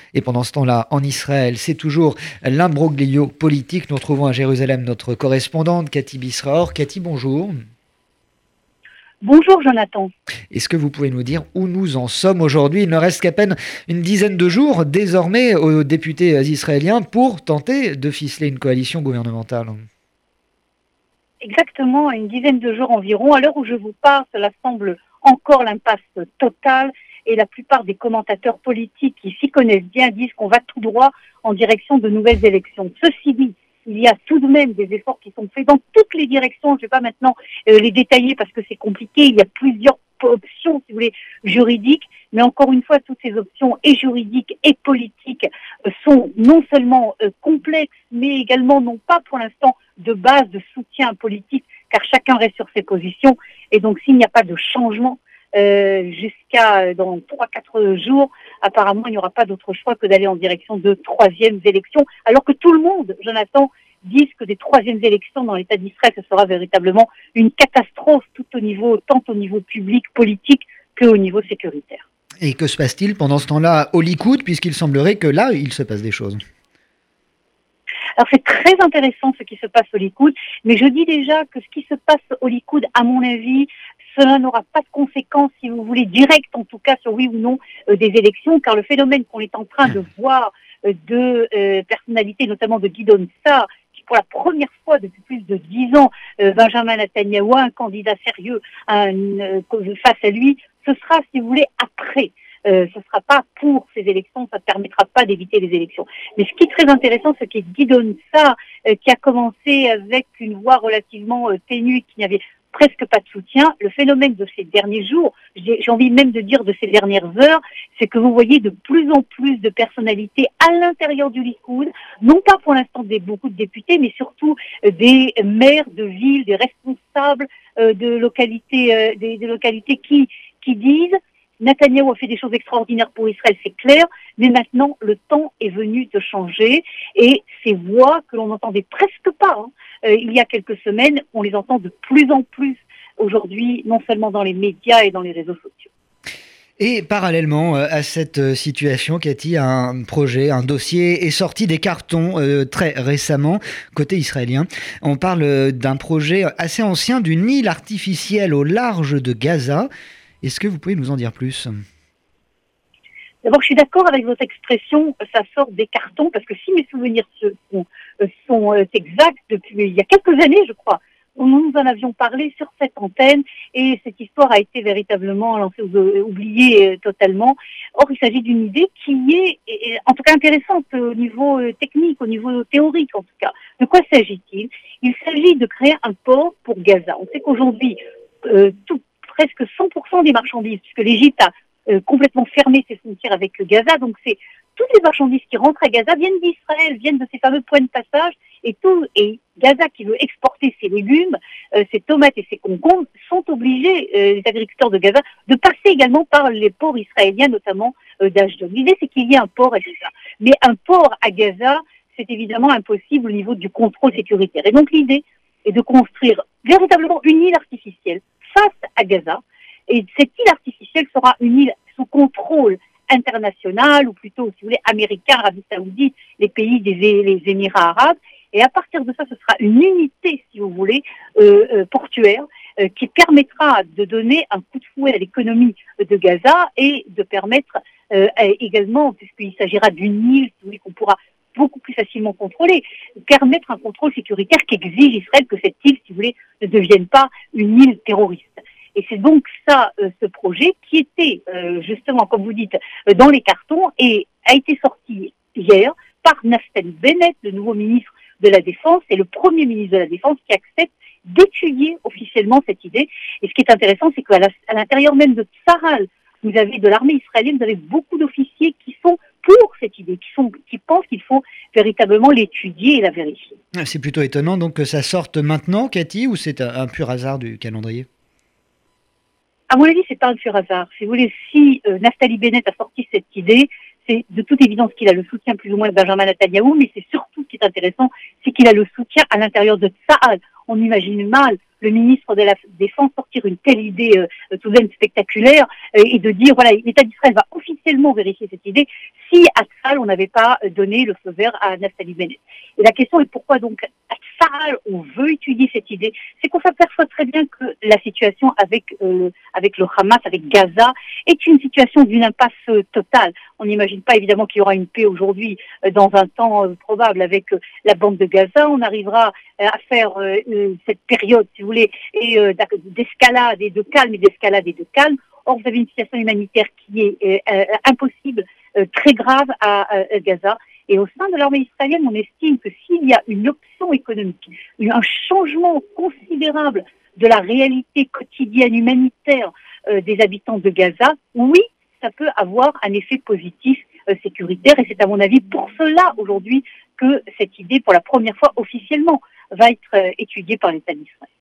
Et pendant ce temps-là, en Israël, c'est toujours l'imbroglio politique. Nous retrouvons à Jérusalem notre correspondante, Cathy Bisraor. Cathy, bonjour. Bonjour Jonathan. Est-ce que vous pouvez nous dire où nous en sommes aujourd'hui? Il ne reste qu'à peine une dizaine de jours désormais aux députés israéliens pour tenter de ficeler une coalition gouvernementale. Exactement, une dizaine de jours environ. À l'heure où je vous parle, cela semble encore l'impasse totale et la plupart des commentateurs politiques qui s'y connaissent bien disent qu'on va tout droit en direction de nouvelles élections. Ceci dit, il y a tout de même des efforts qui sont faits dans toutes les directions. Je ne vais pas maintenant les détailler parce que c'est compliqué. Il y a plusieurs options, si vous voulez, juridiques. Mais encore une fois, toutes ces options, et juridiques et politiques, sont non seulement complexes, mais également n'ont pas pour l'instant de base de soutien politique, car chacun reste sur ses positions. Et donc, s'il n'y a pas de changement jusqu'à dans 3-4 jours, apparemment, il n'y aura pas d'autre choix que d'aller en direction de troisièmes élections, alors que tout le monde, Jonathan, disent que des troisièmes élections dans l'État d'Israël, ce sera véritablement une catastrophe tant au niveau public, politique, qu'au niveau sécuritaire. Et que se passe-t-il pendant ce temps-là au Likoud, puisqu'il semblerait que là, il se passe des choses? Alors c'est très intéressant ce qui se passe au Likoud, mais je dis déjà que ce qui se passe au Likoud, à mon avis, cela n'aura pas de conséquences, si vous voulez, directes en tout cas sur oui ou non des élections, car le phénomène qu'on est en train de voir de personnalités, notamment de Guidon Saar, qui pour la première fois depuis plus de 10 ans, Benjamin Netanyahou, un candidat sérieux face à lui, ce sera, si vous voulez, après. Ce ne sera pas pour ces élections, ça ne permettra pas d'éviter les élections. Mais ce qui est très intéressant, c'est que Guidon Saar, qui a commencé avec une voix relativement ténue, qui n'avait presque pas de soutien, le phénomène de ces derniers jours, j'ai envie même de dire de ces dernières heures, c'est que vous voyez de plus en plus de personnalités à l'intérieur du Likoud, non pas pour l'instant beaucoup de députés, mais surtout des maires de villes, des responsables de localités, des localités qui disent Netanyahou a fait des choses extraordinaires pour Israël, c'est clair, mais maintenant le temps est venu de changer et ces voix que l'on n'entendait presque pas il y a quelques semaines, on les entend de plus en plus aujourd'hui, non seulement dans les médias et dans les réseaux sociaux. Et parallèlement à cette situation, Cathy, un projet, un dossier est sorti des cartons très récemment, côté israélien. On parle d'un projet assez ancien d'une île artificielle au large de Gaza. Est-ce que vous pouvez nous en dire plus? D'abord, je suis d'accord avec votre expression, ça sort des cartons, parce que si mes souvenirs sont exacts, depuis il y a quelques années, je crois, nous en avions parlé sur cette antenne, et cette histoire a été véritablement oubliée totalement. Or, il s'agit d'une idée qui est, en tout cas, intéressante au niveau technique, au niveau théorique, en tout cas. De quoi s'agit-il? Il s'agit de créer un port pour Gaza. On sait qu'aujourd'hui, presque 100% des marchandises, puisque l'Égypte a complètement fermé ses frontières avec Gaza, donc c'est toutes les marchandises qui rentrent à Gaza viennent d'Israël, viennent de ces fameux points de passage, et Gaza qui veut exporter ses légumes, ses tomates et ses concombres, sont obligés, les agriculteurs de Gaza, de passer également par les ports israéliens, notamment d'Ashdod. L'idée, c'est qu'il y ait un port, etc. Mais un port à Gaza, c'est évidemment impossible au niveau du contrôle sécuritaire. Et donc l'idée est de construire véritablement une île artificielle face à Gaza. Et cette île artificielle sera une île sous contrôle international, ou plutôt, si vous voulez, américain, Arabie Saoudite, les pays les Émirats arabes. Et à partir de ça, ce sera une unité, si vous voulez, portuaire, qui permettra de donner un coup de fouet à l'économie de Gaza et de permettre également, puisqu'il s'agira d'une île, si vous voulez, qu'on pourra beaucoup plus facilement contrôler, permettre un contrôle sécuritaire qu'exige Israël, que cette île, si vous voulez, ne devienne pas une île terroriste. Et c'est donc ça, ce projet, qui était justement, comme vous dites, dans les cartons et a été sorti hier par Naftali Bennett, le nouveau ministre de la Défense, et le premier ministre de la Défense qui accepte d'étudier officiellement cette idée. Et ce qui est intéressant, c'est qu'à l'intérieur même de Tsahal, vous avez de l'armée israélienne, vous avez beaucoup d'officiers qui sont pour cette idée, qui pensent qu'il faut véritablement l'étudier et la vérifier. C'est plutôt étonnant donc que ça sorte maintenant, Cathy, ou c'est un pur hasard du calendrier? À mon avis, c'est pas un pur hasard. Si vous voulez, si Naftali Bennett a sorti cette idée, c'est de toute évidence qu'il a le soutien plus ou moins de Benjamin Netanyahou, mais c'est surtout ce qui est intéressant, c'est qu'il a le soutien à l'intérieur de Tsahal. On imagine mal le ministre de la Défense sortir une telle idée tout de même spectaculaire et de dire, voilà, l'État d'Israël va officiellement vérifier cette idée si à Tzahal, on n'avait pas donné le feu vert à Naftali Bennett. Et la question est pourquoi donc à Tzahal, on veut étudier cette idée? C'est qu'on s'aperçoit très bien que la situation avec le Hamas, avec Gaza, est une situation d'une impasse totale. On n'imagine pas évidemment qu'il y aura une paix aujourd'hui dans un temps probable avec la bande de Gaza. On arrivera à faire cette période, si vous voulez, d'escalade et de calme et d'escalade et de calme. Or, vous avez une situation humanitaire qui est impossible, très grave à Gaza. Et au sein de l'armée israélienne, on estime que s'il y a une option économique, un changement considérable de la réalité quotidienne humanitaire des habitants de Gaza, oui, ça peut avoir un effet positif sécuritaire. Et c'est à mon avis pour cela aujourd'hui que cette idée, pour la première fois officiellement, va être étudiée par l'État d'Israël.